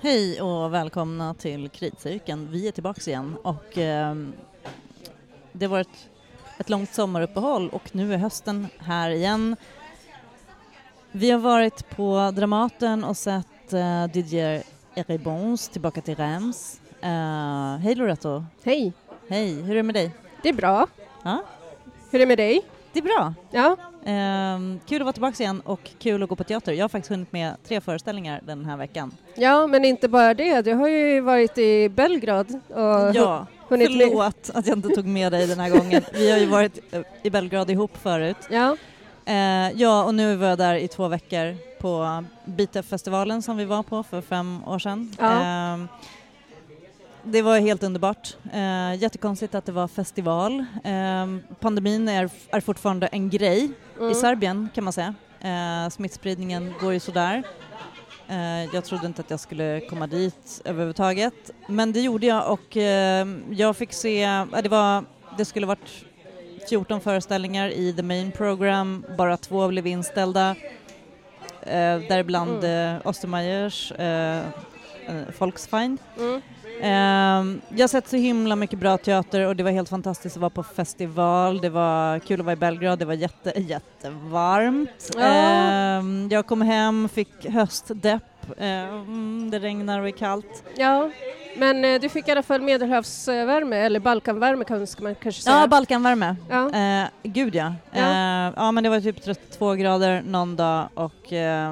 Hej och välkomna till Kritcirkeln. Vi är tillbaka igen och det har varit ett långt sommaruppehåll och nu är hösten här igen. Vi har varit på Dramaten och sett Didier Eribons Tillbaka till Reims. Hej Loretto. Hej. Hej, hur är det med dig? Det är bra. Ja? Hur är det med dig? Det är bra. Ja. Kul att vara tillbaka igen och kul att gå på teater. Jag har faktiskt hunnit med 3 föreställningar den här veckan. Ja, men inte bara det. Du har ju varit i Belgrad och ja, förlåt att jag inte tog med dig den här gången. Vi har ju varit i Belgrad ihop förut. Ja. Ja, och nu var jag där i 2 veckor på BITEF-festivalen som vi var på för 5 år sedan. Ja. Det var helt underbart. Jättekonstigt att det var festival. Pandemin är fortfarande en grej i Serbien kan man säga. Smittspridningen går ju sådär. Jag trodde inte att jag skulle komma dit överhuvudtaget. Men det gjorde jag och jag fick se, det skulle varit 14 föreställningar i the main program. Bara 2 blev inställda. Däribland Ostermeyers Volksfeind. Jag har sett så himla mycket bra teater och det var helt fantastiskt att vara på festival. Det var kul att vara i Belgrad, det var jättevarmt. Jag kom hem, fick höstdepp, det regnar och är kallt. Ja, men du fick i alla fall medelhavsvärme eller Balkanvärme kan man kanske säga. Ja, Balkanvärme. Ja. Gud ja. Ja, men det var typ 32 grader någon dag och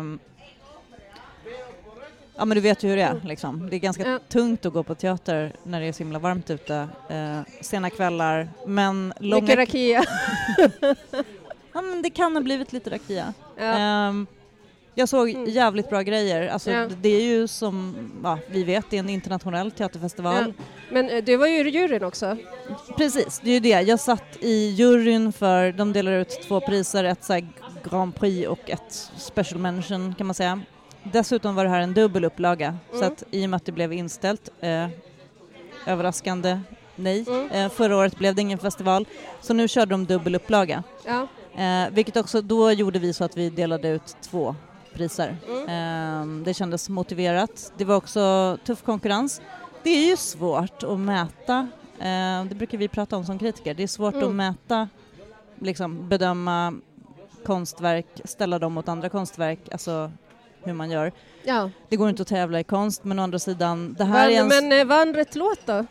ja, men du vet ju hur det är liksom. Det är ganska tungt att gå på teater när det är så himla varmt ute. Sena kvällar, men långa... Mycket rakia. Ja, men det kan ha blivit lite rakia. Ja. Jag såg jävligt bra grejer. Alltså, det är ju som vi vet, det är en internationell teaterfestival. Ja. Men du var ju i juryn också. Precis, det är ju det. Jag satt i juryn för, de delar ut 2 priser, ett så här Grand Prix och ett Special Mention kan man säga. Dessutom var det här en dubbel upplaga så att i och med att det blev inställt överraskande nej. Förra året blev det ingen festival så nu körde de dubbel upplaga. Ja. Vilket också då gjorde vi så att vi delade ut 2 priser. Det kändes motiverat. Det var också tuff konkurrens. Det är ju svårt att mäta. Det brukar vi prata om som kritiker. Det är svårt att mäta, liksom bedöma konstverk, ställa dem mot andra konstverk, alltså hur man gör. Ja. Det går inte att tävla i konst, men å andra sidan det här är Men vann rätt låt då?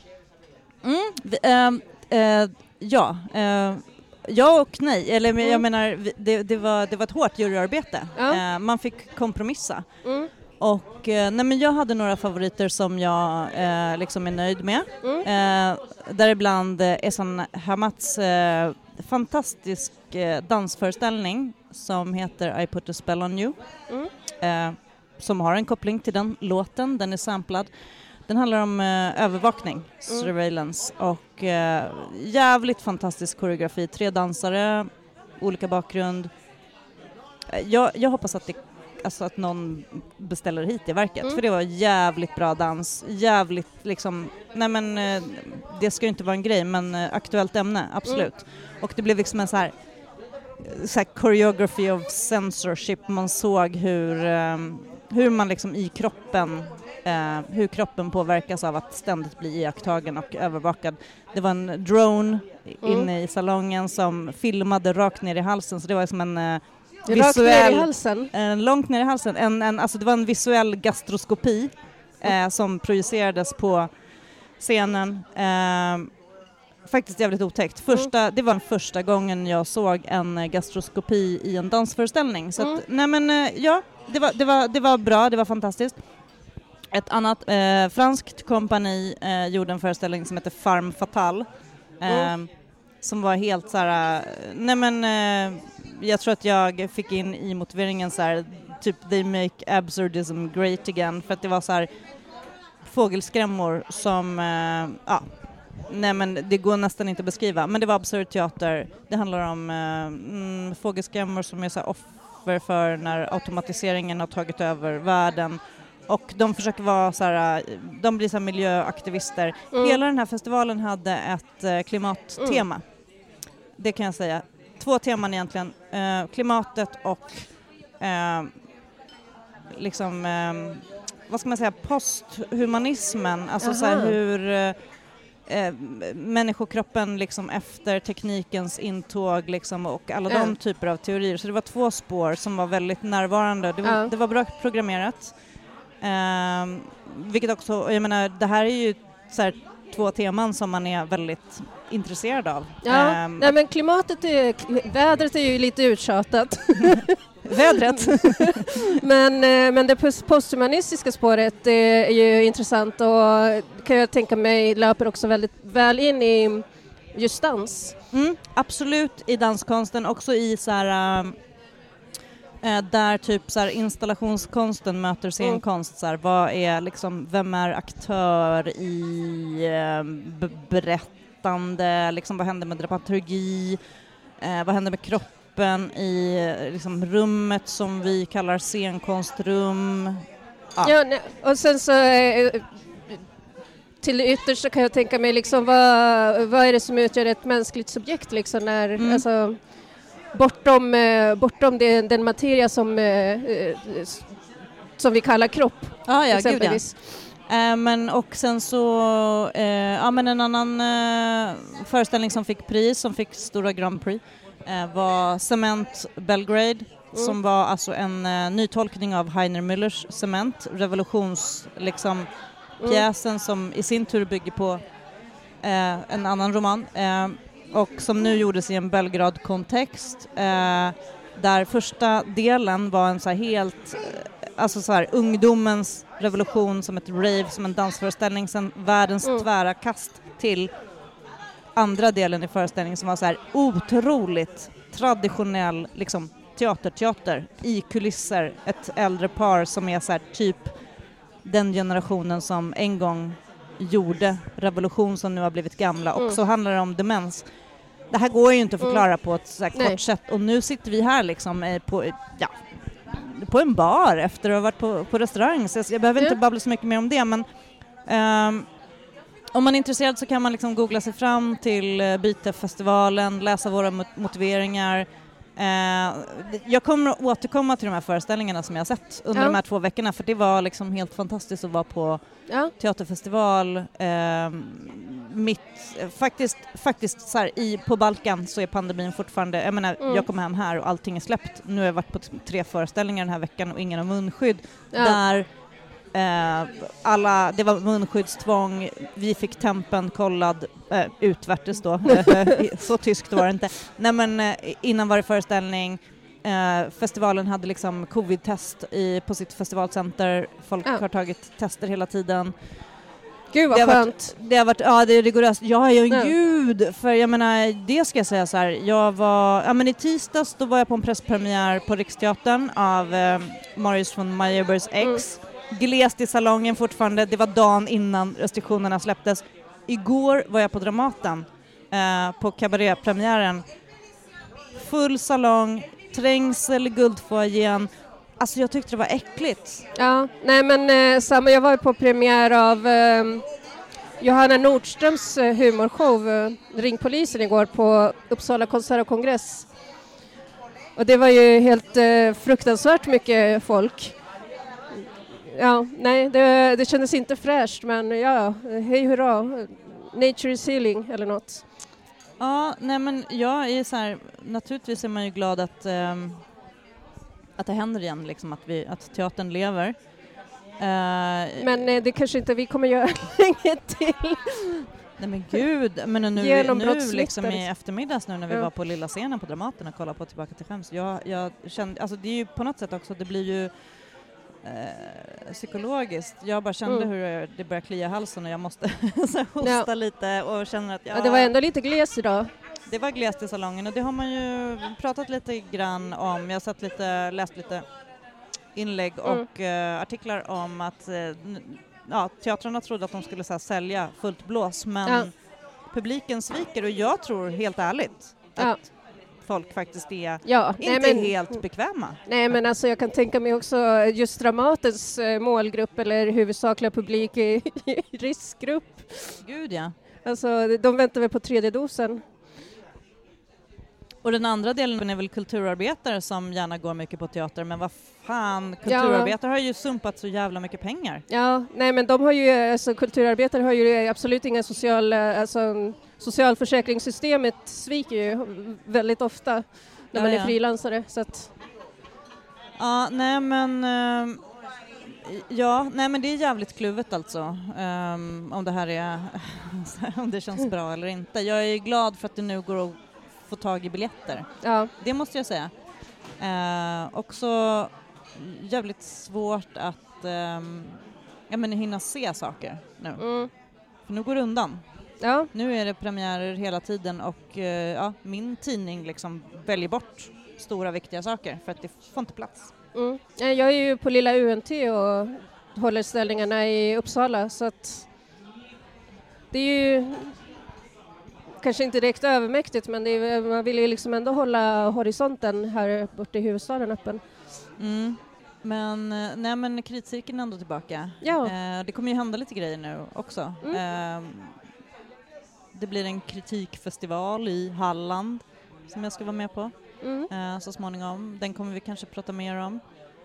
Ja och nej. Eller jag menar, det var ett hårt juryarbete. Man fick kompromissa. Och men jag hade några favoriter som jag liksom är nöjd med. Däribland Ehsan Hamats fantastisk dansföreställning som heter I Put a Spell on You. Som har en koppling till den låten. Den är samplad. Den handlar om övervakning, surveillance, och jävligt fantastisk koreografi. 3 dansare, olika bakgrund. Jag hoppas att någon beställer hit i verket, för det var jävligt bra dans. Jävligt liksom, det ska ju inte vara en grej, men aktuellt ämne, absolut. Och det blev liksom en så här choreography of censorship. Man såg hur man liksom i kroppen hur kroppen påverkas av att ständigt bli iakttagen och övervakad. Det var en drone inne i salongen som filmade rakt ner i halsen, så det var som en visuell... Rakt ner i halsen? Långt ner i halsen. Alltså det var en visuell gastroskopi som projicerades på scenen. Faktiskt jävligt otäckt. Det var den första gången jag såg en gastroskopi i en dansföreställning. Så att, det var bra, det var fantastiskt. Ett annat franskt kompani gjorde en föreställning som heter Farm Fatale. Som var helt så här... jag tror att jag fick in i motiveringen så här, typ they make absurdism great again. För att det var så här fågelskrämmor som... det går nästan inte att beskriva. Men det var absurd teater. Det handlar om fågelskrämmor som är så här offer för när automatiseringen har tagit över världen. Och de försöker vara så här, de blir så här miljöaktivister. Hela den här festivalen hade ett klimattema. Det kan jag säga. 2 teman egentligen. Klimatet och vad ska man säga, posthumanismen, alltså så här hur människokroppen liksom efter teknikens intåg liksom, och alla de typer av teorier. Så det var 2 spår som var väldigt närvarande. Det var bra programmerat. Vilket också, jag menar, det här är ju så här 2 teman som man är väldigt intresserad av. Ja, nej, men vädret är ju lite uttjatat. Vädret. men det posthumanistiska spåret är ju intressant och kan jag tänka mig löper också väldigt väl in i just dans. Absolut, i danskonsten, också i så här där typ så här installationskonsten möter scenkonst, så här, vad är liksom, vem är aktör i berättande, liksom, vad händer med dramaturgi, vad händer med kroppen i liksom rummet som vi kallar scenkonstrum. Ja, och sen så till det yttersta kan jag tänka mig liksom, vad är det som utgör ett mänskligt subjekt liksom, när alltså bortom den materia som vi kallar kropp, exempelvis. Men och sen så men en annan föreställning som fick pris, som fick Stora Grand Prix, var Cement Belgrade, som var alltså en nytolkning av Heiner Müllers Cement, revolutions liksom pjäsen som i sin tur bygger på en annan roman. Och som nu gjordes i en Belgrad-kontext, där första delen var en så här helt, alltså så här ungdomens revolution som ett rave, som en dansföreställning, sen världens tvära kast till andra delen i föreställningen som var så här otroligt traditionell liksom teater i kulisser, ett äldre par som är så här typ den generationen som en gång gjorde revolution, som nu har blivit gamla, och så handlar det om demens. Det här går ju inte att förklara på ett så här kort sätt, och nu sitter vi här liksom på en bar efter att ha varit på restaurang, så jag behöver inte babbla så mycket mer om det, men om man är intresserad så kan man liksom googla sig fram till Bytefestivalen, läsa våra motiveringar. Jag kommer att återkomma till de här föreställningarna som jag har sett under de här 2 veckorna, för det var liksom helt fantastiskt att vara på teaterfestival faktiskt så här, på Balkan så är pandemin fortfarande, jag menar, jag kom hem här och allting är släppt. Nu har jag varit på 3 föreställningar den här veckan och ingen har munskydd. Där det var munskyddstvång, vi fick tempen kollad utvärtes då, så tyskt var det inte. Nej, men innan varje föreställning, festivalen hade liksom covid-test på sitt festivalcenter, folk har tagit tester hela tiden. Gud vad skönt. Det har varit, det är rigoröst. Jag är en gud, för jag menar, det ska jag säga så här, jag var, men i tisdags då var jag på en presspremiär på Riksteatern av Marius von Meyerbeers Ex. Glest i salongen fortfarande, det var dagen innan restriktionerna släpptes. Igår var jag på Dramaten på kabarépremiären. Full salong, trängsel i Guldfoajén. Alltså jag tyckte det var äckligt. Ja, nej men samma, jag var på premiär av Johanna Nordströms humorshow Ring polisen igår på Uppsala konsert och kongress. Och det var ju helt fruktansvärt mycket folk. Ja, nej, det kändes inte fräscht, men ja, hej hurra, nature is healing eller något. Ja, nej men jag är så här, naturligtvis är man ju glad att det händer igen, liksom, att teatern lever. Men det kanske inte vi kommer göra länge till. Nej men gud, men nu liksom i eftermiddags nu när vi var på lilla scenen på Dramaten och kollade på Tillbaka till skäms. Jag kände, alltså det är ju på något sätt också, det blir ju psykologiskt. Jag bara kände hur det började klia halsen och jag måste så hosta lite och känner att ja, det var ändå lite gles idag. Det var glest i salongen och det har man ju pratat lite grann om. Jag har läst lite inlägg och artiklar om att teatrarna trodde att de skulle så här, sälja fullt blås, men publiken sviker, och jag tror helt ärligt att folk faktiskt är inte helt bekväma. Nej, men alltså jag kan tänka mig också just Dramatens målgrupp eller huvudsakliga publik i riskgrupp. Gud ja. Alltså de väntar väl på 3:e dosen. Och den andra delen är väl kulturarbetare som gärna går mycket på teater, men vad fan, kulturarbetare har ju sumpat så jävla mycket pengar. Ja, nej men de har ju, alltså kulturarbetare har ju absolut inga socialförsäkringssystemet sviker ju väldigt ofta när man är frilansare, så att... Ja, nej men det är jävligt kluvet alltså, om det här är om det känns bra eller inte. Jag är glad för att det nu går att få tag i biljetter. Ja. Det måste jag säga. Också jävligt svårt att hinna se saker nu. För nu går det undan. Ja. Nu är det premiärer hela tiden och min tidning liksom väljer bort stora viktiga saker för att det får inte plats. Jag är ju på lilla UNT och håller ställningarna i Uppsala, så att det är ju kanske inte direkt övermäktigt, men man vill ju liksom ändå hålla horisonten här borta i huvudstaden öppen. Men kritcirkeln är ändå tillbaka. Ja. Det kommer ju hända lite grejer nu också. Det blir en kritikfestival i Halland som jag ska vara med på så småningom. Den kommer vi kanske prata mer om.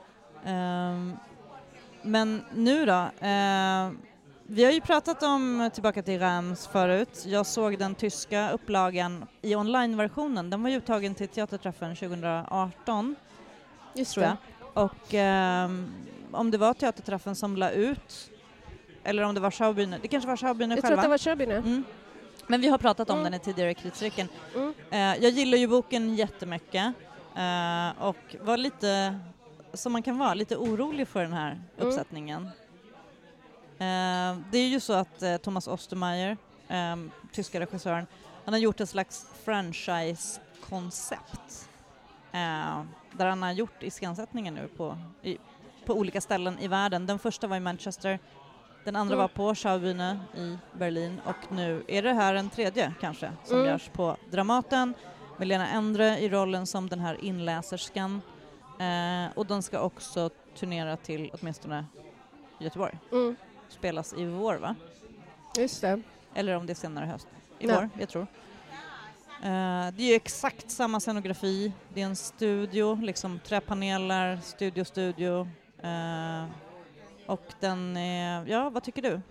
Men nu då? Vi har ju pratat om Tillbaka till Reims förut. Jag såg den tyska upplagan i online-versionen. Den var ju uttagen till Teaterträffen 2018. Just tror jag. Och om det var Teaterträffen som la ut, eller om det var Schaubühne. Det kanske var Schaubühne själva. Jag tror att det var Schaubühne. Men vi har pratat om den i tidigare kritcirkeln. Jag gillar ju boken jättemycket och var lite, som man kan vara, lite orolig för den här uppsättningen. Det är ju så att Thomas Ostermeier, tyska regissören, han har gjort ett slags franchise-koncept där han har gjort iscensättningen nu på olika ställen i världen. Den första var i Manchester, den andra var på Schaubühne i Berlin och nu är det här en tredje kanske som görs på Dramaten med Lena Endre i rollen som den här inläserskan och den ska också turnera till åtminstone Göteborg. Spelas i vår, va? Just det. Eller om det är senare höst. I vår, jag tror. Det är ju exakt samma scenografi. Det är en studio, liksom träpaneler, studio. Och den är, vad tycker du?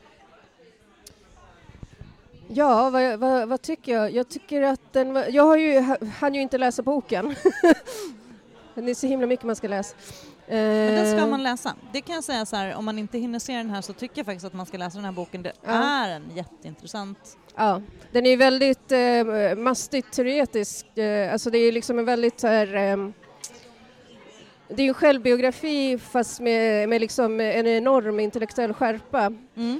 Ja, vad tycker jag? Jag tycker att den var, hann ju inte läsa boken. Det är så himla mycket man ska läsa. Men den ska man läsa. Det kan jag säga så här, om man inte hinner se den här så tycker jag faktiskt att man ska läsa den här boken. Det är en jätteintressant. Ja, den är väldigt mastigt teoretisk. Alltså det är liksom en väldigt så här, det är en självbiografi fast med liksom en enorm intellektuell skärpa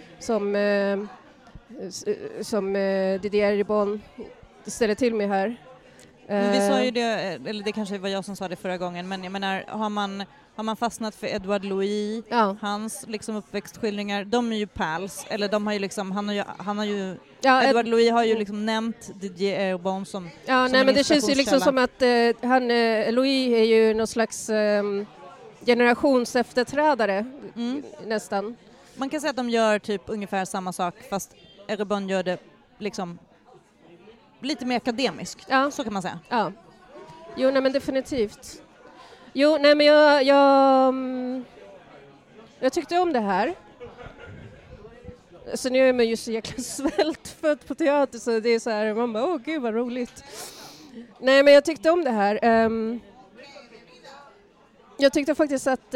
som Didier Ribon ställer till med här. Men vi sa ju det, eller det kanske var jag som sa det förra gången, men jag menar, har man fastnat för Edouard Louis, hans liksom uppväxtskildringar, de är ju pals, eller de har ju liksom, han har ju Edouard Louis har ju liksom nämnt Didier Ribon som men det känns ju liksom som att Louis är ju någon slags generationsefterträdare nästan. Man kan säga att de gör typ ungefär samma sak, fast Ribon gör det liksom lite mer akademiskt, så kan man säga. Ja. Jo, nej men definitivt. Jo, nej men jag tyckte om det här. Så nu är man ju så jäkla svältfödd på teater så det är så här, man bara, gud vad roligt. Nej men jag tyckte om det här. Jag tyckte faktiskt att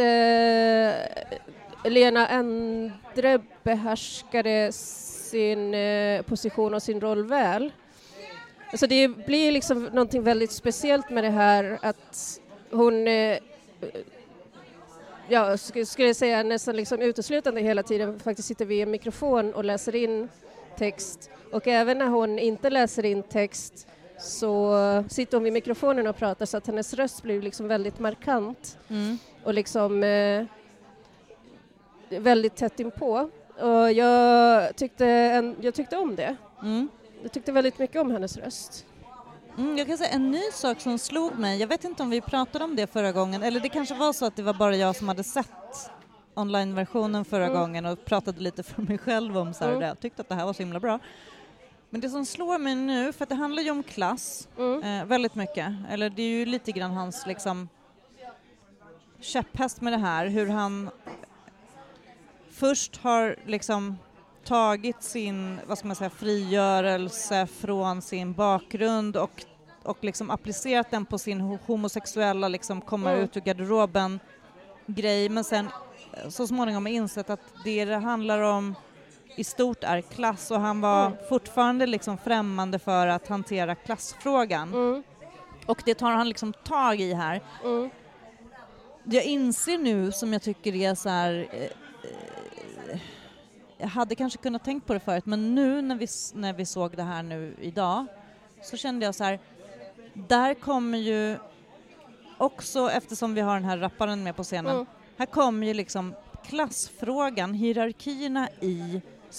Lena Endre behärskade sin position och sin roll väl. Alltså det blir liksom någonting väldigt speciellt med det här att hon, skulle säga nästan liksom uteslutande hela tiden faktiskt sitter vid en mikrofon och läser in text. Och även när hon inte läser in text så sitter hon vid mikrofonen och pratar så att hennes röst blir liksom väldigt markant och liksom väldigt tätt inpå. Och jag tyckte om det. Jag tyckte väldigt mycket om hennes röst. Jag kan säga en ny sak som slog mig. Jag vet inte om vi pratade om det förra gången. Eller det kanske var så att det var bara jag som hade sett online-versionen förra gången och pratade lite för mig själv om så här. Jag tyckte att det här var så himla bra. Men det som slår mig nu, för att det handlar ju om klass väldigt mycket. Eller det är ju lite grann hans liksom käpphäst med det här, hur han först har liksom tagit sin, vad ska man säga, frigörelse från sin bakgrund och liksom applicerat den på sin homosexuella liksom komma ut ur garderoben grej, men sen så småningom insett att det handlar om i stort är klass, och han var fortfarande liksom främmande för att hantera klassfrågan. Och det tar han liksom tag i här. Jag inser nu, som jag tycker är så här, jag hade kanske kunnat tänkt på det förut, men nu när vi såg det här nu idag, så kände jag så här, där kommer ju också, eftersom vi har den här rapparen med på scenen, här kommer ju liksom klassfrågan, hierarkierna i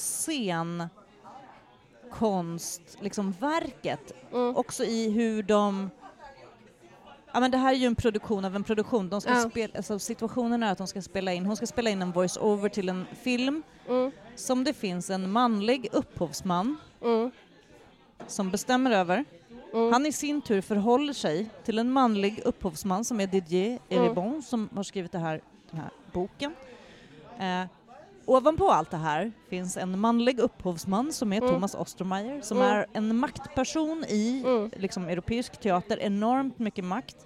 scenkonst, liksom verket, också i hur de, ja men det här är ju en produktion av en produktion, de ska spela, alltså situationen är att de ska spela in, hon ska spela in en voice-over till en film som det finns en manlig upphovsman som bestämmer över. Han i sin tur förhåller sig till en manlig upphovsman som är Didier Eribon som har skrivit den här boken. Ovanpå allt det här finns en manlig upphovsman som är Thomas Ostermeier, som är en maktperson i liksom europeisk teater, enormt mycket makt.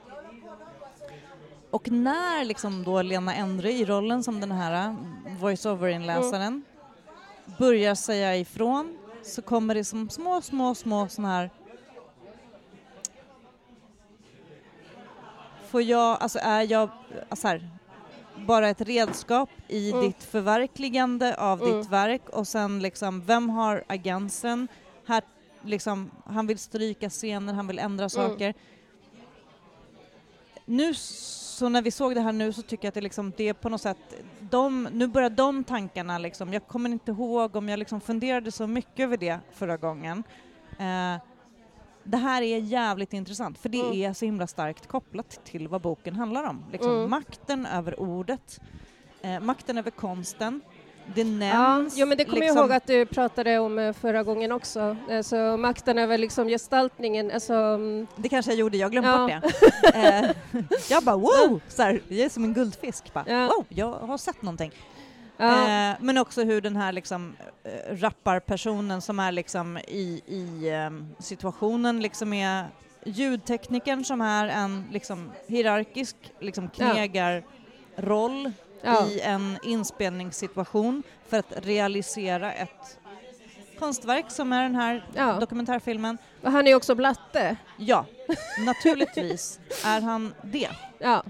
Och när liksom då Lena Endre i rollen som den här voice-over-inläsaren börjar säga ifrån, så kommer det som små såna här, är jag här, bara ett redskap i ditt förverkligande av ditt verk, och sen liksom, vem har agensen här, liksom, han vill stryka scener, han vill ändra saker. Nu så när vi såg det här nu, så tycker jag att det liksom, det är på något sätt nu börjar de tankarna liksom, jag kommer inte ihåg om jag liksom funderade så mycket över det förra gången. Det här är jävligt intressant, för det är så himla starkt kopplat till vad boken handlar om. Liksom makten över ordet, makten över konsten. Det nämns... Ja, men det kommer jag ihåg att du pratade om förra gången också. Alltså, makten över liksom gestaltningen. Alltså, det kanske jag gjorde, jag glömde bort det. Jag bara, wow! Så här, jag är som en guldfisk. Bara, wow, jag har sett någonting. Men också hur den här liksom, rapparpersonen som är liksom i situationen liksom är ljudteknikern som är en liksom hierarkisk liksom knegarroll i en inspelningssituation för att realisera ett konstverk som är den här dokumentärfilmen. Och han är också blatte. Ja, naturligtvis är han det. Ja.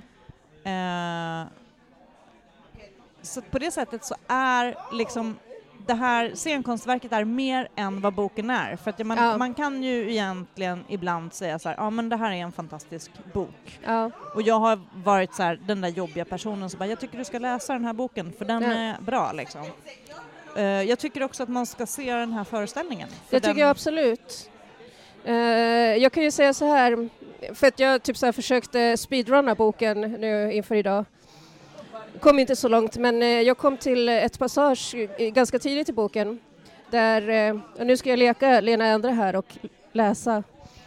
Så på det sättet så är liksom det här scenkonstverket är mer än vad boken är. För att man kan ju egentligen ibland säga så här, ja men det här är en fantastisk bok. Ja. Och jag har varit så här, den där jobbiga personen som bara, jag tycker du ska läsa den här boken för den är bra liksom. Jag tycker också att man ska se den här föreställningen. Det tycker jag absolut. Jag kan ju säga så här, för att jag typ så här försökte speedrunna boken nu inför idag. Kom inte så långt, men jag kom till ett passage ganska tidigt i boken där, och nu ska jag leka Lena Endre här och läsa.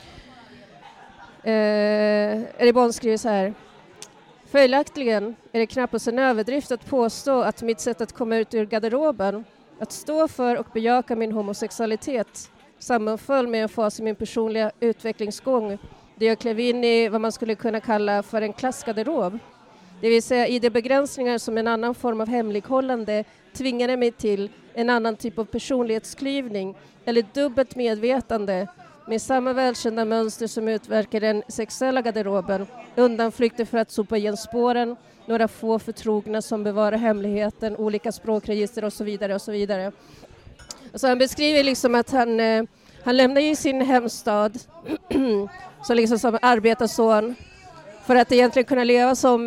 Eribon skriver så här: följaktligen är det knappast en överdrift att påstå att mitt sätt att komma ut ur garderoben, att stå för och bejaka min homosexualitet, sammanföll med en fas i min personliga utvecklingsgång där jag klev in i vad man skulle kunna kalla för en klassgarderob. Det vill säga i de begränsningar som en annan form av hemlighållande tvingade mig till en annan typ av personlighetsklyvning eller dubbelt medvetande med samma välkända mönster som utverkar den sexuella garderoben, undanflykter för att sopa igen spåren, några få förtrogna som bevarar hemligheten, olika språkregister och så vidare och så vidare. Alltså han beskriver liksom att han lämnar ju sin hemstad så liksom som arbetarson för att egentligen kunna leva som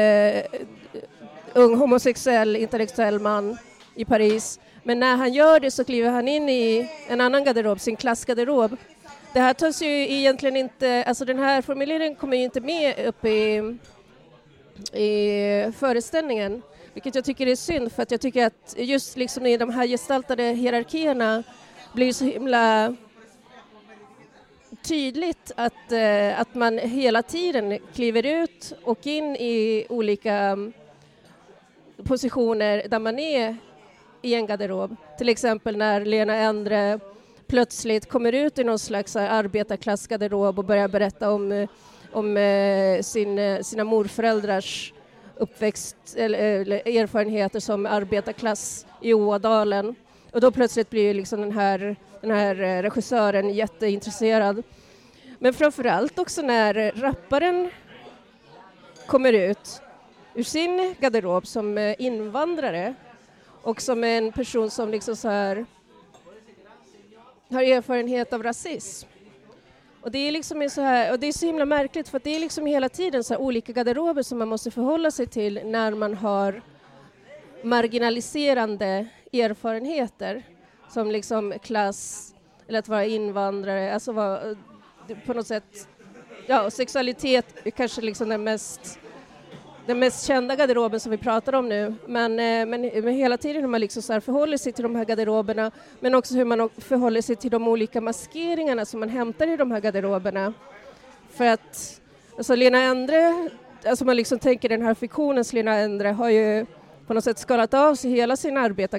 ung homosexuell intellektuell man i Paris. Men när han gör det så kliver han in i en annan garderob, sin klassgarderob. Det här tas ju egentligen inte, alltså den här formuleringen kommer ju inte med upp i föreställningen. Vilket jag tycker är synd, för att jag tycker att just liksom i de här gestaltade hierarkierna blir så himla tydligt att man hela tiden kliver ut och in i olika positioner där man är i en garderob. Till exempel när Lena Endre plötsligt kommer ut i någon slags arbetarklassgarderob och börjar berätta om sina morföräldrars uppväxt eller erfarenheter som arbetarklass i Ådalen. Och då plötsligt blir liksom den här regissören jätteintresserad. Men framförallt också när rapparen kommer ut ur sin garderob som invandrare och som en person som liksom så här har erfarenhet av rasism. Och det är liksom så här, och det är så himla märkligt för att det är liksom hela tiden så här olika garderober som man måste förhålla sig till när man har marginaliserande erfarenheter som liksom klass eller att vara invandrare, alltså på något sätt, ja, sexualitet är kanske liksom den mest kända garderoben som vi pratar om nu, men hela tiden hur man liksom så här förhåller sig till de här garderoberna, men också hur man förhåller sig till de olika maskeringarna som man hämtar i de här garderoberna. För att alltså Lena Endre, alltså man liksom tänker den här fiktionens Lena Endre har ju på något sätt skalat av sig hela sin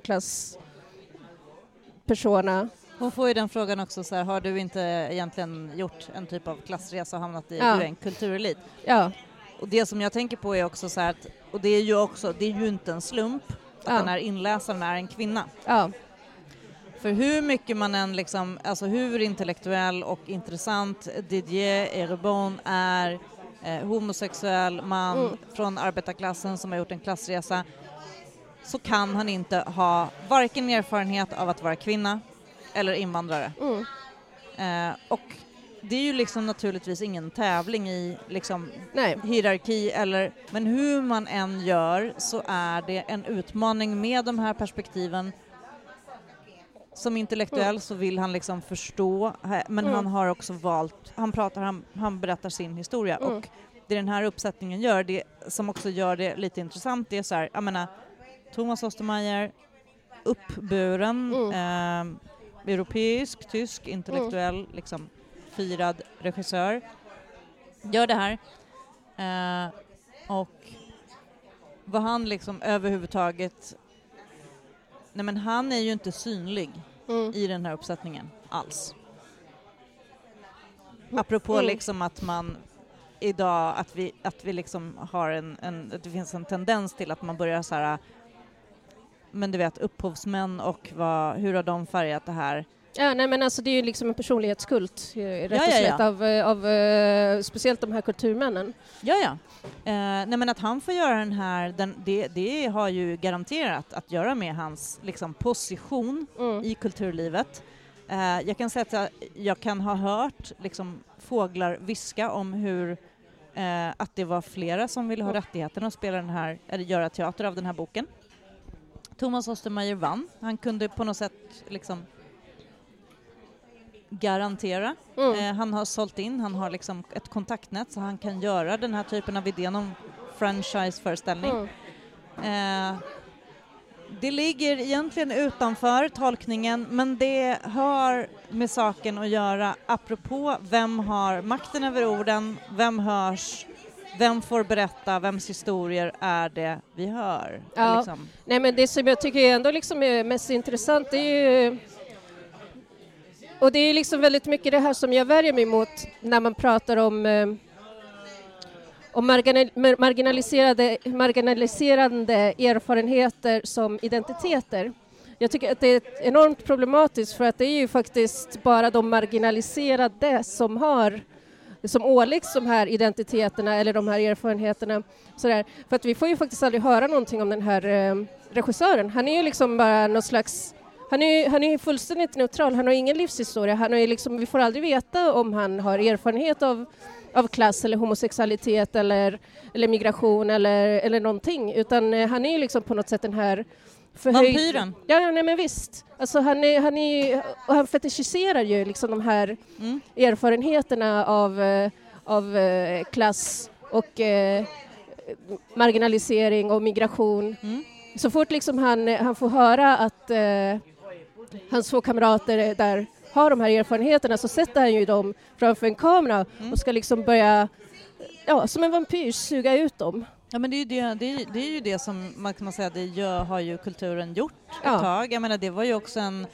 arbetarklass-persona. Hon får ju den frågan också så här, har du inte egentligen gjort en typ av klassresa och hamnat i en kulturelit? Ja. Och det som jag tänker på är också så här att, och det är ju inte en slump att den här inläsaren är en kvinna. Ja. För hur mycket man än liksom, alltså hur intellektuell och intressant Didier Eribon är, homosexuell man från arbetarklassen som har gjort en klassresa, så kan han inte ha varken erfarenhet av att vara kvinna eller invandrare. Och det är ju liksom naturligtvis ingen tävling i liksom hierarki men hur man än gör så är det en utmaning med de här perspektiven. Som intellektuell så vill han liksom förstå, men han har också valt, han berättar sin historia och det den här uppsättningen gör, det som också gör det lite intressant, det är så här, jag menar, Thomas Ostermeier, uppburen, europeisk, tysk, intellektuell, liksom firad regissör, gör det här. Och vad han liksom överhuvudtaget, nej men han är ju inte synlig i den här uppsättningen alls. Apropå liksom att man idag, att vi liksom har att det finns en tendens till att man börjar så här, men du vet, upphovsmän och hur har de färgat det här? Ja, nej men alltså det är ju liksom en personlighetskult rätt och slätt av speciellt de här kulturmännen. Nej men att han får göra den här, det har ju garanterat att göra med hans liksom position i kulturlivet. Jag kan säga att jag kan ha hört liksom fåglar viska om hur att det var flera som ville ha rättigheten att spela den här, eller göra teater av den här boken. Thomas Ostermeier vann. Han kunde på något sätt liksom garantera. Han har sålt in, han har liksom ett kontaktnät så han kan göra den här typen av idén om franchise-föreställning. Det ligger egentligen utanför tolkningen, men det har med saken att göra apropå vem har makten över orden, vem hörs, vem får berätta, vems historier är det vi hör? Ja. Liksom. Nej, men det som jag tycker ändå liksom är mest intressant, det är ju, och det är liksom väldigt mycket det här som jag värjer mig emot när man pratar om marginaliserande erfarenheter som identiteter. Jag tycker att det är enormt problematiskt, för att det är ju faktiskt bara de marginaliserade som åläggs de här identiteterna eller de här erfarenheterna. Sådär. För att vi får ju faktiskt aldrig höra någonting om den här regissören. Han är ju liksom bara någon slags, han är fullständigt neutral, han har ingen livshistoria. Han har ju liksom, vi får aldrig veta om han har erfarenhet av klass eller homosexualitet eller migration eller någonting, utan han är ju liksom på något sätt den här vampyren. Ja, nej men visst. Alltså han fetischiserar ju liksom de här erfarenheterna av klass och marginalisering och migration. Så fort liksom han får höra att hans två kamrater där har de här erfarenheterna så sätter han ju dem framför en kamera och ska liksom börja, som en vampyr suga ut dem. Ja, men det är ju det som man kan säga, har ju kulturen gjort ett tag. Jag menar, det var ju också en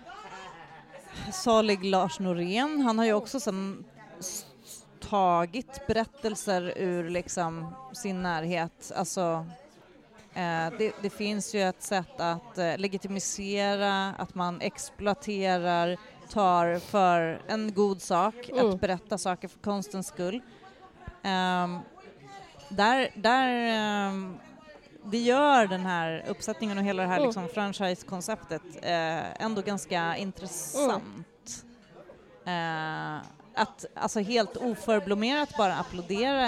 salig Lars Norén. Han har ju också tagit berättelser ur liksom sin närhet. Alltså, det finns ju ett sätt att legitimisera, att man exploaterar, tar för en god sak, att berätta saker för konstens skull. Det gör den här uppsättningen och hela det här liksom franchise-konceptet ändå ganska intressant. Att alltså helt oförblommerat bara applådera.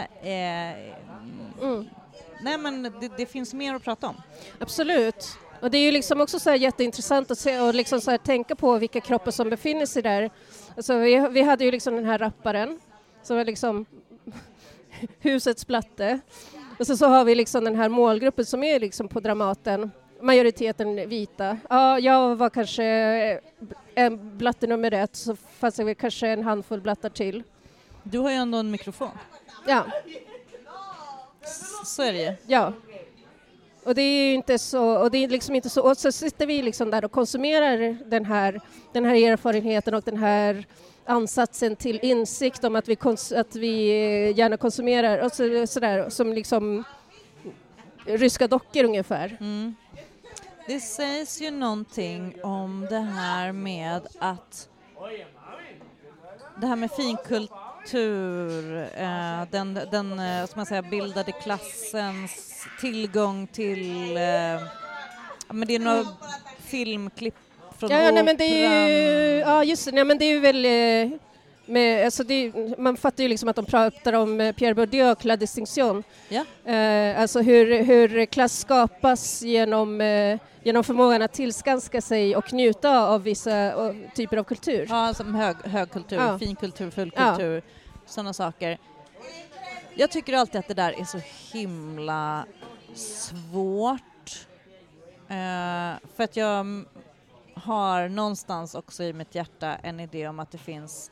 Nej, men det finns mer att prata om. Absolut. Och det är ju liksom också så här jätteintressant att se och liksom så här tänka på vilka kroppar som befinner sig där. Alltså vi hade ju liksom den här rapparen som var liksom husets platte. Och så har vi liksom den här målgruppen som är liksom på Dramaten. Majoriteten vita. Ja, jag var kanske en blatte nummer 1, så fanns det kanske en handfull blattar till. Du har ju ändå en mikrofon. Ja. Så är det ju. Ja. Och det är ju inte så, och det är liksom inte så, och så sitter vi liksom där och konsumerar den här erfarenheten och den här ansatsen till insikt om att vi gärna konsumerar och sådär som liksom ryska dockor ungefär. Det sägs ju någonting om det här med att det här med finkultur, den som man säger bildade klassens tillgång till men det är några filmklipp från operan. Men det är ju just det, nej, men det är ju väl alltså man fattar ju liksom att de pratar om Pierre Bourdieu och La Distinction. Ja. Alltså hur klass skapas genom förmågan att tillskanska sig och njuta av vissa typer av kultur. Ja, som högkultur, finkultur, fullkultur, sådana saker. Jag tycker alltid att det där är så himla svårt. För att jag har någonstans också i mitt hjärta en idé om att det finns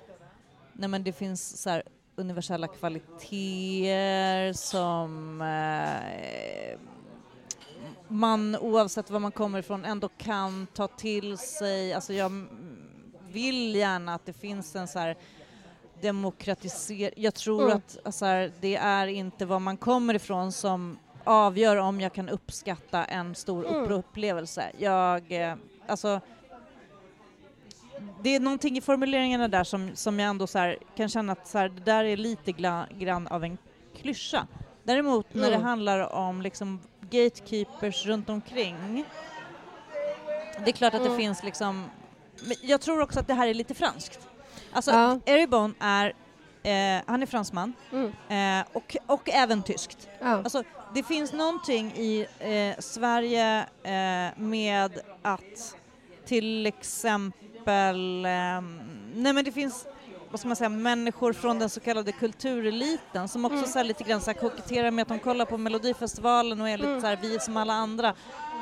så här universella kvaliteter som man oavsett var man kommer ifrån ändå kan ta till sig. Alltså jag vill gärna att det finns en så här demokratisering. Jag tror att alltså, det är inte var man kommer ifrån som avgör om jag kan uppskatta en stor upplevelse. Alltså det är någonting i formuleringarna där som jag ändå så här, kan känna att så här, det där är lite grann av en klyscha. Däremot när det handlar om liksom gatekeepers runt omkring, det är klart att det finns liksom, men jag tror också att det här är lite franskt. Alltså Eribon är han är fransman och även tyskt. Alltså det finns någonting i Sverige med att till exempel det finns, vad ska man säga, människor från den så kallade kultureliten som också så här, lite grann så här, koketterar med att de kollar på Melodifestivalen och är lite så här, vi som alla andra,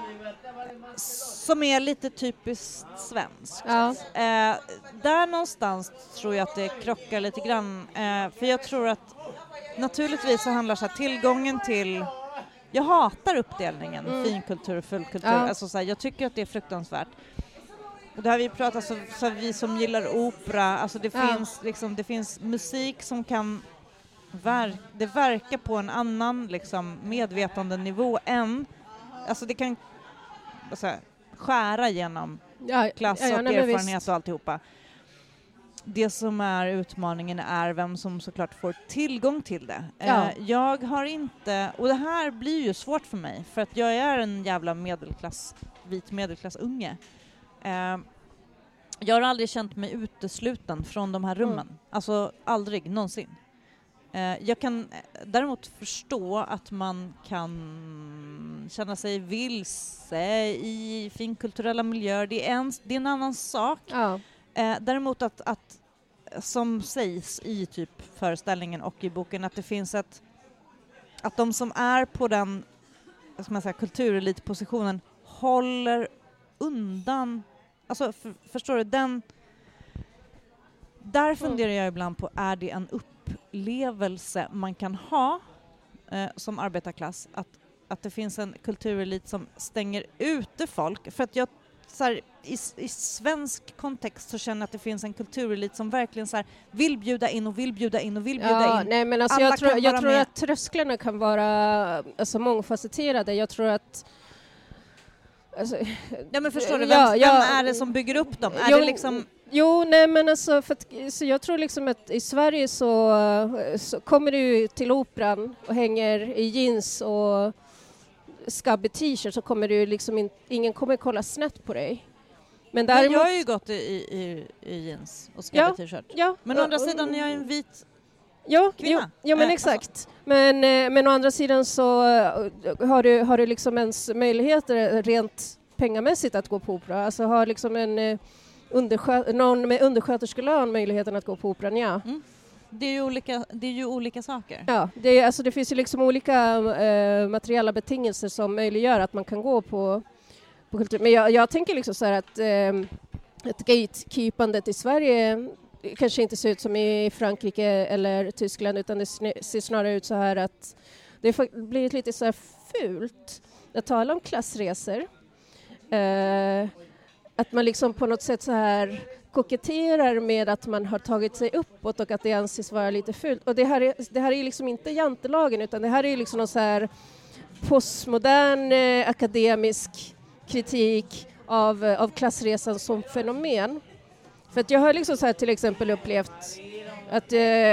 som är lite typiskt svenskt. Där någonstans tror jag att det krockar lite grann, för jag tror att naturligtvis så handlar så här, tillgången till, jag hatar uppdelningen finkultur och fullkultur, alltså så här, jag tycker att det är fruktansvärt. Och det har vi pratat så vi som gillar opera, alltså det finns liksom, det finns musik som kan det verkar på en annan liksom medvetande nivå än, alltså det kan alltså, skära genom klass och erfarenhet och alltihopa. Det som är utmaningen är vem som såklart får tillgång till det. Jag har inte, och det här blir ju svårt för mig för att jag är en jävla vit medelklassunge. Jag har aldrig känt mig utesluten från de här rummen. Alltså aldrig, någonsin. Jag kan däremot förstå att man kan känna sig vilse i finkulturella miljöer. Det är en annan sak. Däremot att som sägs i typ föreställningen och i boken, att det finns att de som är på den, vad ska man säga, kulturelitpositionen håller undan. Alltså förstår du, där funderar jag ibland på, är det en upplevelse man kan ha som arbetarklass, att det finns en kulturelit som stänger ute folk? För att jag så här, i svensk kontext så känner jag att det finns en kulturelit som verkligen så här, vill bjuda in. Nej, men alltså jag tror att trösklarna kan vara alltså, mångfacetterade. Jag tror att alltså, ja, men förstår du, vem är det som bygger upp dem? Är det liksom... nej men alltså, så jag tror liksom att i Sverige så kommer du till operan och hänger i jeans och skabbig t-shirt, så kommer du liksom ingen kommer kolla snett på dig. Men däremot... jag har ju gått i jeans och skabbig t-shirt. Ja, men å andra sidan är jag en vit kvinna. Ja, men exakt. Alltså. Men å andra sidan så har du liksom ens möjligheter rent pengamässigt att gå på opera. Alltså har liksom någon med undersköterskelön möjligheten att gå på operan, ja. Mm. Det är ju olika saker. Ja, det finns ju liksom olika materiella betingelser som möjliggör att man kan gå på kultur. Men jag tänker liksom så här att gatekeepandet i Sverige kanske inte ser ut som i Frankrike eller Tyskland, utan det ser snarare ut så här att det blir lite så här fult att tala om klassresor. Att man liksom på något sätt så här koketterar med att man har tagit sig uppåt och att det anses vara lite fult. Och det här är liksom inte jantelagen, utan det här är liksom någon så här postmodern akademisk kritik av klassresan som fenomen. För att jag har liksom så här till exempel upplevt att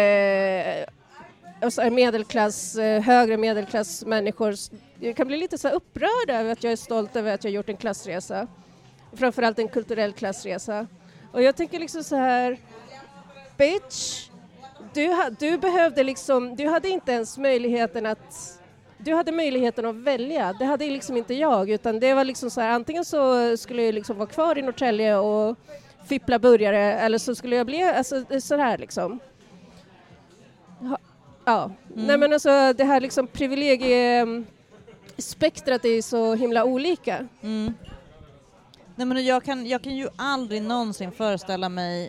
högre medelklass människor kan bli lite så här upprörda över att jag är stolt över att jag har gjort en klassresa. Framförallt en kulturell klassresa. Och jag tänker liksom så här, bitch, du behövde liksom, du hade inte ens möjligheten att, du hade möjligheten att välja. Det hade liksom inte jag, utan det var liksom så här, antingen så skulle jag liksom vara kvar i Norrtälje och fippla burgare, eller så skulle jag bli, alltså så här liksom. Ja, nej men alltså det här liksom privilegiespektrat är så himla olika. Mm. Nej, men jag kan ju aldrig någonsin föreställa mig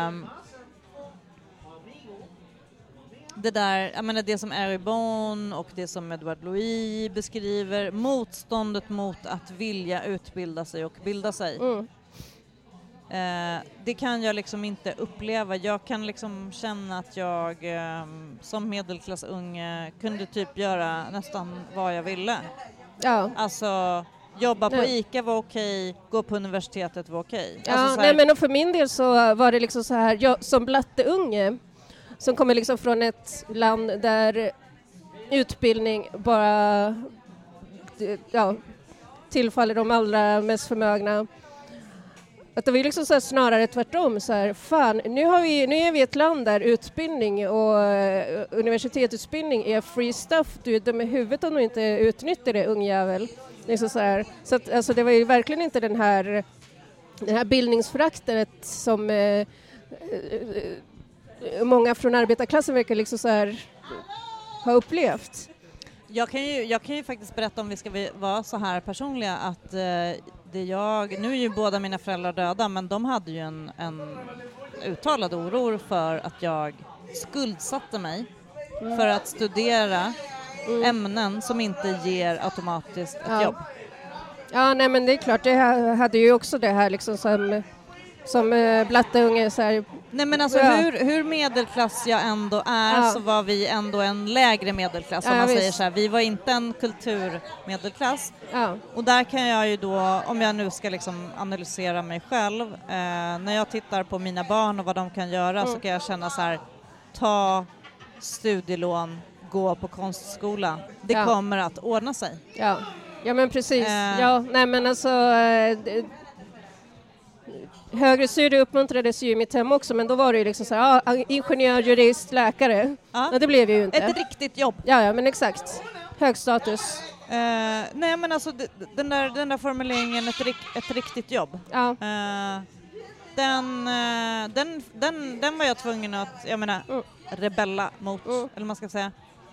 det där, jag menar det som Eribon och det som Edouard Louis beskriver, motståndet mot att vilja utbilda sig och bilda sig. Mm. Det kan jag liksom inte uppleva. Jag kan liksom känna att jag som medelklassunge kunde typ göra nästan vad jag ville. Ja. Alltså jobba på ICA var okej, gå på universitetet var okej. Ja, alltså nej, men för min del så var det liksom så här, jag som blatteunge som kommer liksom från ett land där utbildning bara tillfaller de allra mest förmögna. Att det var liksom så här snarare tvärtom, så här, fan, nu är vi ett land där utbildning och universitetsutbildning är free stuff. Du är dum i huvudet om du inte utnyttjar det, ungjävel. Liksom så här. Så att, alltså, det var ju verkligen inte den här bildningsföraktet som många från arbetarklassen verkar liksom så här ha upplevt. Jag kan ju faktiskt berätta, om vi ska vara så här personliga, att nu är ju båda mina föräldrar döda, men de hade ju en uttalad oro för att jag skuldsatte mig för att studera ämnen som inte ger automatiskt ett jobb. Ja, nej men det är klart, det hade ju också det här liksom som blatteunge så här. Nej men alltså hur medelklass jag ändå är, så var vi ändå en lägre medelklass, om man säger så här. Vi var inte en kulturmedelklass. Ja. Och där kan jag ju då, om jag nu ska liksom analysera mig själv, när jag tittar på mina barn och vad de kan göra, så kan jag känna så här: ta studielån, gå på konstskola. Det kommer att ordna sig. Ja, men precis. Nej men alltså högre studier uppmuntrades ju i mitt hem också, men då var det ju liksom så här, ingenjör, jurist, läkare. Ja. Men det blev ju inte. Ett riktigt jobb. Ja, men exakt. Hög status. Nej, men alltså den där formuleringen, ett riktigt jobb. Ja. Den var jag tvungen att, jag menar, rebella mot, eller man ska säga.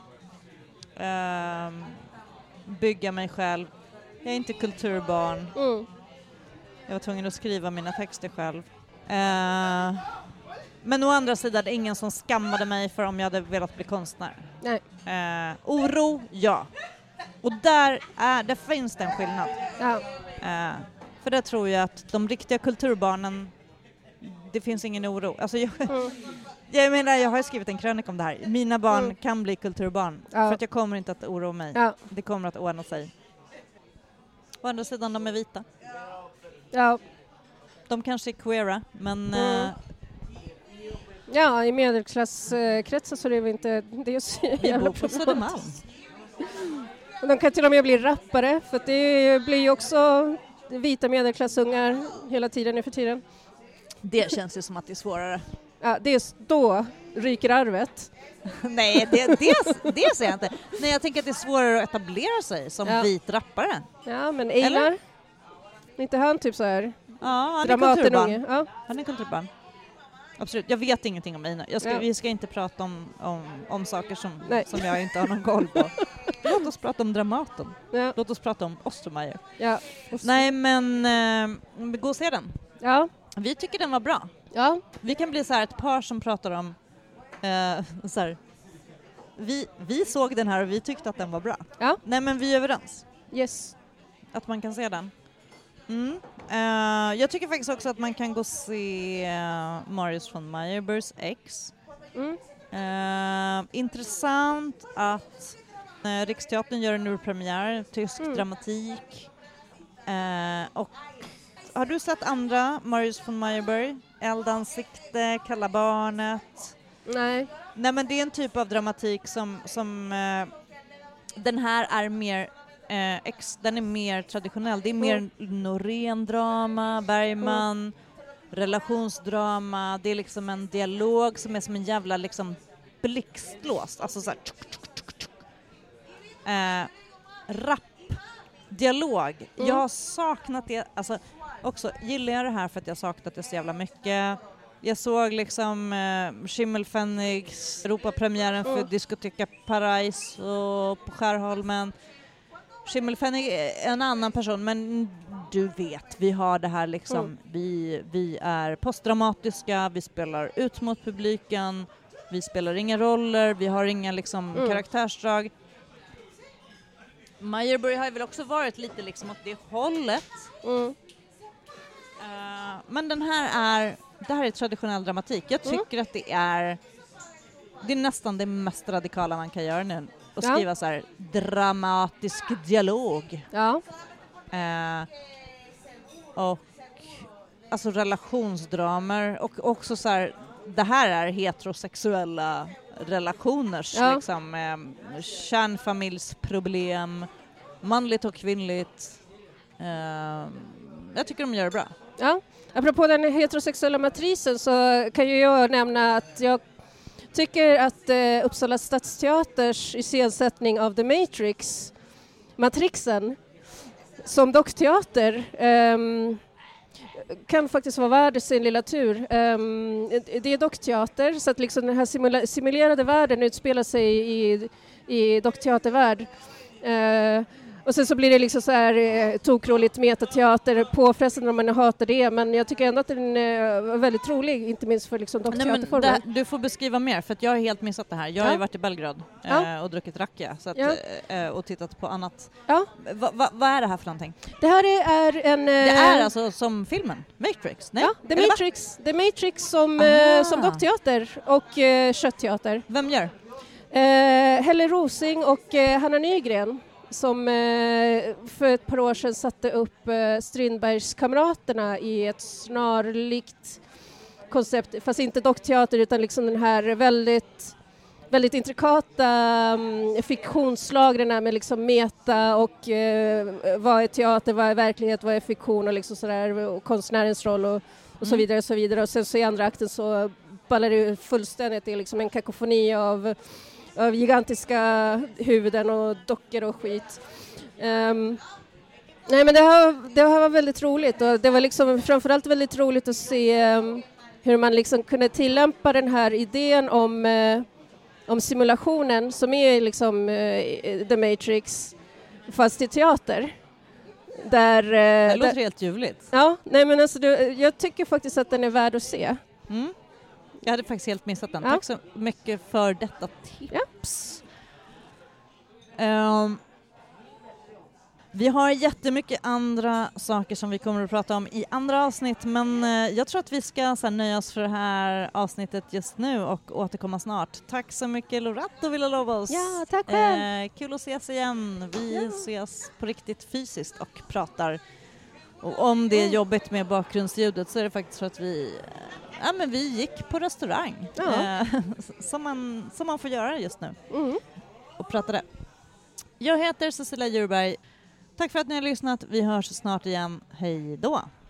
Bygga mig själv. Jag är inte kulturbarn. Jag var tvungen att skriva mina texter själv. Men å andra sidan, det är ingen som skammade mig för om jag hade velat bli konstnär. Nej. Oro, ja. Och där finns det en skillnad. Ja. För där tror jag att de riktiga kulturbarnen, det finns ingen oro. Alltså jag menar, jag har skrivit en krönika om det här. Mina barn kan bli kulturbarn. För att jag kommer inte att oroa mig. Ja. Det kommer att ordna sig. Å andra sidan, de är vita. Ja. De kanske är queera, men... Ja, i medelklasskretsar så är det väl inte... Det är så vi bor på Södermalm. De kan till och med bli rappare, för att det blir ju också vita medelklassungar hela tiden nu för tiden. Det känns ju som att det är svårare. Ja, då ryker arvet. Nej, det säger jag inte. Nej, jag tänker att det är svårare att etablera sig som vit rappare. Ja, men Einar, inte han typ så här? Ja, han är kulturbarn. Ja. Han är kulturbarn. Absolut, jag vet ingenting om Einar. Vi ska inte prata om saker som jag inte har någon koll på. Låt oss prata om Dramaten. Ja. Låt oss prata om Ostermeyer. Ja. Nej, men gå och se den. Ja. Vi tycker den var bra. Ja. Vi kan bli så här ett par som pratar om så här, vi såg den här och vi tyckte att den var bra. Ja. Nej, men vi är överens. Yes. Att man kan se den. Jag tycker faktiskt också att man kan gå och se Marius von Meyerbeers X. Intressant att Riksteatern gör en urpremiär, tysk dramatik. Och har du sett andra Marius von Meyerbeer? Eldansikte, Kalla barnet? Nej. Nej, men det är en typ av dramatik som den här är mer den är mer traditionell. Det är mer Norén-drama, Bergman, relationsdrama. Det är liksom en dialog som är som en jävla liksom blixtlås. Alltså så här rap-dialog. Jag har saknat det. Alltså, också gillar jag det här för att jag saknat det så jävla mycket. Jag såg liksom Schimmelpfennigs Europapremiären för Diskoteka Paris och på Skärholmen. Schimmelpfennig är en annan person, men du vet, vi har det här liksom, vi är postdramatiska, vi spelar ut mot publiken, vi spelar inga roller, vi har inga liksom karaktärsdrag. Meyerbeer har väl också varit lite liksom åt det hållet. Men det här är traditionell dramatik. Jag tycker att det är nästan det mest radikala man kan göra nu. Och skriva så här dramatisk dialog. Ja. Och alltså relationsdramer och också så här, det här är heterosexuella relationers liksom kärnfamiljsproblem, manligt och kvinnligt. Jag tycker de gör det bra. Ja. Apropå den heterosexuella matrisen så kan ju jag nämna att jag tycker att Uppsala stadsteaters iscensättning av The Matrixen som dockteater kan faktiskt vara värd sin lilla tur. Det är dockteater så att liksom den här simulerade världen utspelar sig i dockteatervärld. Och sen så blir det liksom så här tokroligt metateater, påfrestande om man hatar det, men jag tycker ändå att den är väldigt rolig, inte minst för liksom dockteaterformen. Du får beskriva mer, för att jag har helt missat det här. Jag har ju varit i Belgrad och druckit rakia så att, och tittat på annat. Ja. Vad är det här för någonting? Det här är en... Det är alltså som filmen, Matrix? Nej? Ja, The Matrix som dockteater och köttteater. Vem gör? Helle Rosing och Hanna Nygren, som för ett par år sedan satte upp Strindbergskamraterna i ett snarlikt koncept, fast inte dockteater utan liksom den här väldigt, väldigt intrikata fiktionslagren med liksom meta och vad är teater, vad är verklighet, vad är fiktion och liksom sådär, och konstnärens roll och så vidare och så vidare. Och sen så i andra akten så ballar det fullständigt, det är liksom en kakofoni av gigantiska huvuden och dockor och skit. Nej, men det här var väldigt roligt, och det var liksom framförallt väldigt roligt att se hur man liksom kunde tillämpa den här idén om simulationen som är liksom The Matrix fast i teater. Det låter helt ljuvligt. Ja, nej men alltså jag tycker faktiskt att den är värd att se. Jag hade faktiskt helt missat den. Tack så mycket för detta tips. Vi har jättemycket andra saker som vi kommer att prata om i andra avsnitt, men jag tror att vi ska nöja oss för det här avsnittet just nu och återkomma snart. Tack så mycket Loratt och Villa-Lobos. Ja, tack själv. Kul att ses igen. Vi ses på riktigt fysiskt och pratar. Och om det är jobbigt med bakgrundsljudet så är det faktiskt för att vi gick på restaurang. Som man får göra just nu. Och pratade. Jag heter Cecilia Djurberg. Tack för att ni har lyssnat. Vi hörs snart igen. Hej då!